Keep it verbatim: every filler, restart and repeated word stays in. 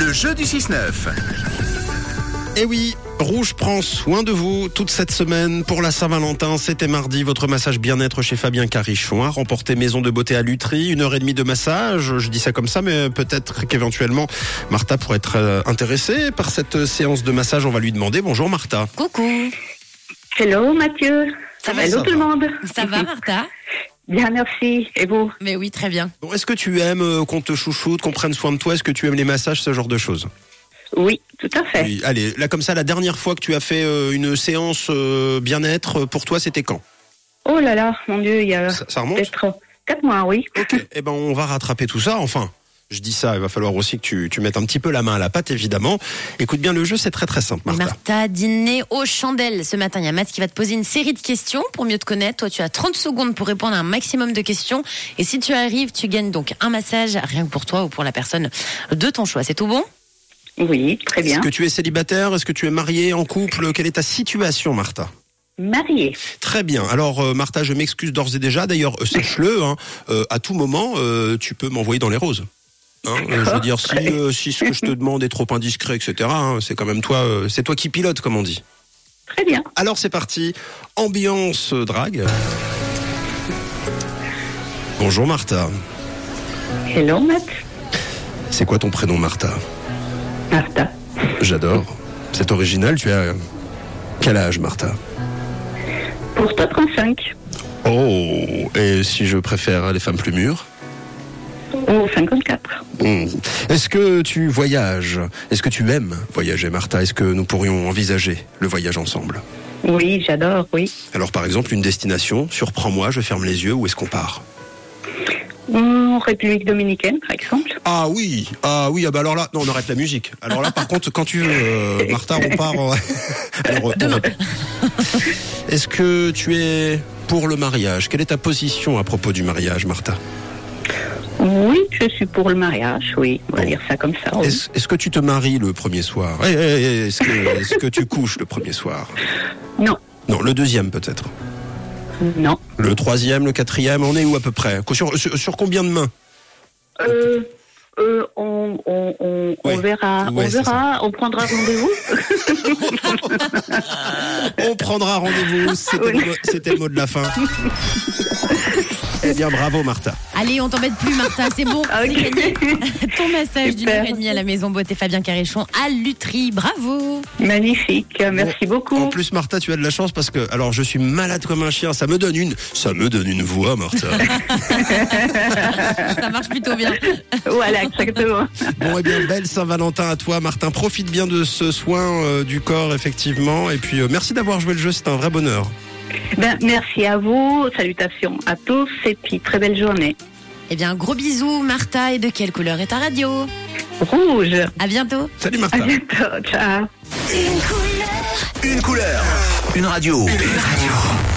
Le jeu du six neuf. Et oui, Rouge prend soin de vous toute cette semaine pour la Saint-Valentin. C'était mardi, votre massage bien-être chez Fabien Carichon a remporté Maison de Beauté à Lutry, une heure et demie de massage. Je dis ça comme ça, mais peut-être qu'éventuellement Martha pourrait être intéressée par cette séance de massage. On va lui demander. Bonjour Martha. Coucou. Hello Mathieu. Ça va, Hello ça tout le va. monde. Ça va Martha? Bien, merci. Et vous? Mais oui, très bien. Bon, est-ce que tu aimes euh, qu'on te chouchoute, qu'on prenne soin de toi? Est-ce que tu aimes les massages, ce genre de choses? Oui, tout à fait. Oui. Allez, là comme ça, la dernière fois que tu as fait euh, une séance euh, bien-être, pour toi, c'était quand? Oh là là, mon Dieu, il y a Ça, ça remonte? peut-être quatre mois, oui. Ok, eh ben on va rattraper tout ça, enfin. Je dis ça, il va falloir aussi que tu, tu mettes un petit peu la main à la pâte, évidemment. Écoute bien, le jeu, c'est très très simple, Martha. Martha, dîner aux chandelles. Ce matin, il y a Matt qui va te poser une série de questions pour mieux te connaître. Toi, tu as trente secondes pour répondre à un maximum de questions. Et si tu arrives, tu gagnes donc un massage, rien que pour toi ou pour la personne de ton choix. C'est tout bon? Oui, très bien. Est-ce que tu es célibataire? Est-ce que tu es marié, en couple? Quelle est ta situation, Martha? Mariée. Très bien. Alors, euh, Martha, je m'excuse d'ores et déjà. D'ailleurs, euh, sache-le, hein, euh, à tout moment, euh, tu peux m'envoyer dans les roses. Hein, euh, je veux dire, si, euh, si ce que je te demande est trop indiscret, et cetera, hein, c'est quand même toi, euh, c'est toi qui pilote, comme on dit. Très bien. Alors, c'est parti. Ambiance euh, drague. Bonjour, Martha. Hello Matt. C'est quoi ton prénom, Martha? Martha. J'adore. C'est original. Tu as quel âge, Martha? Pour toi, trente-cinq. Oh, et si je préfère les femmes plus mûres? Oh, cinquante-quatre. Mmh. Est-ce que tu voyages? Est-ce que tu aimes voyager, Martha? Est-ce que nous pourrions envisager le voyage ensemble? Oui, j'adore, oui. Alors, par exemple, une destination, surprends-moi, je ferme les yeux, où est-ce qu'on part? En République dominicaine, par exemple. Ah oui, ah oui, ah bah alors là, non, on arrête la musique. Alors là, par contre, quand tu veux, euh, Martha, on part. en- Alors, on répète. Est-ce que tu es pour le mariage? Quelle est ta position à propos du mariage, Martha? Oui, je suis pour le mariage, oui. On va Bon. dire ça comme ça. Oui. Est-ce, est-ce que tu te maries le premier soir? Eh, eh, eh, Est-ce que, est-ce que tu couches le premier soir? Non, Non, le deuxième peut-être. non. Le troisième, le quatrième, on est où à peu près? sur, sur, sur combien de mains? Euh, euh, on, on, on, on Ouais. verra, Ouais, on c'est verra, on prendra rendez-vous. On prendra rendez-vous, c'était, le, mot- c'était le mot de la fin. Eh bien, bravo Martha. Allez, on t'embête plus Martha, c'est bon, Ah, c'est ok. gagné. Ton massage d'une Super. heure et demie à la Maison Beauté Fabien Carichon à Lutry. Bravo. Magnifique, merci beaucoup. En plus, Martha, tu as de la chance parce que, alors, je suis malade comme un chien. Ça me donne une, ça me donne une voix, Martha. Ça marche plutôt bien. Voilà, exactement. Bon, eh bien, belle Saint-Valentin à toi, Martin. Profite bien de ce soin euh, du corps, effectivement. Et puis, euh, merci d'avoir joué le jeu. C'est un vrai bonheur. Ben, merci à vous, salutations à tous et puis très belle journée. Eh bien, gros bisous Martha. Et de quelle couleur est ta radio? Rouge, À bientôt. Salut, à Martha. bientôt, ciao. Une couleur. Une radio. Une radio.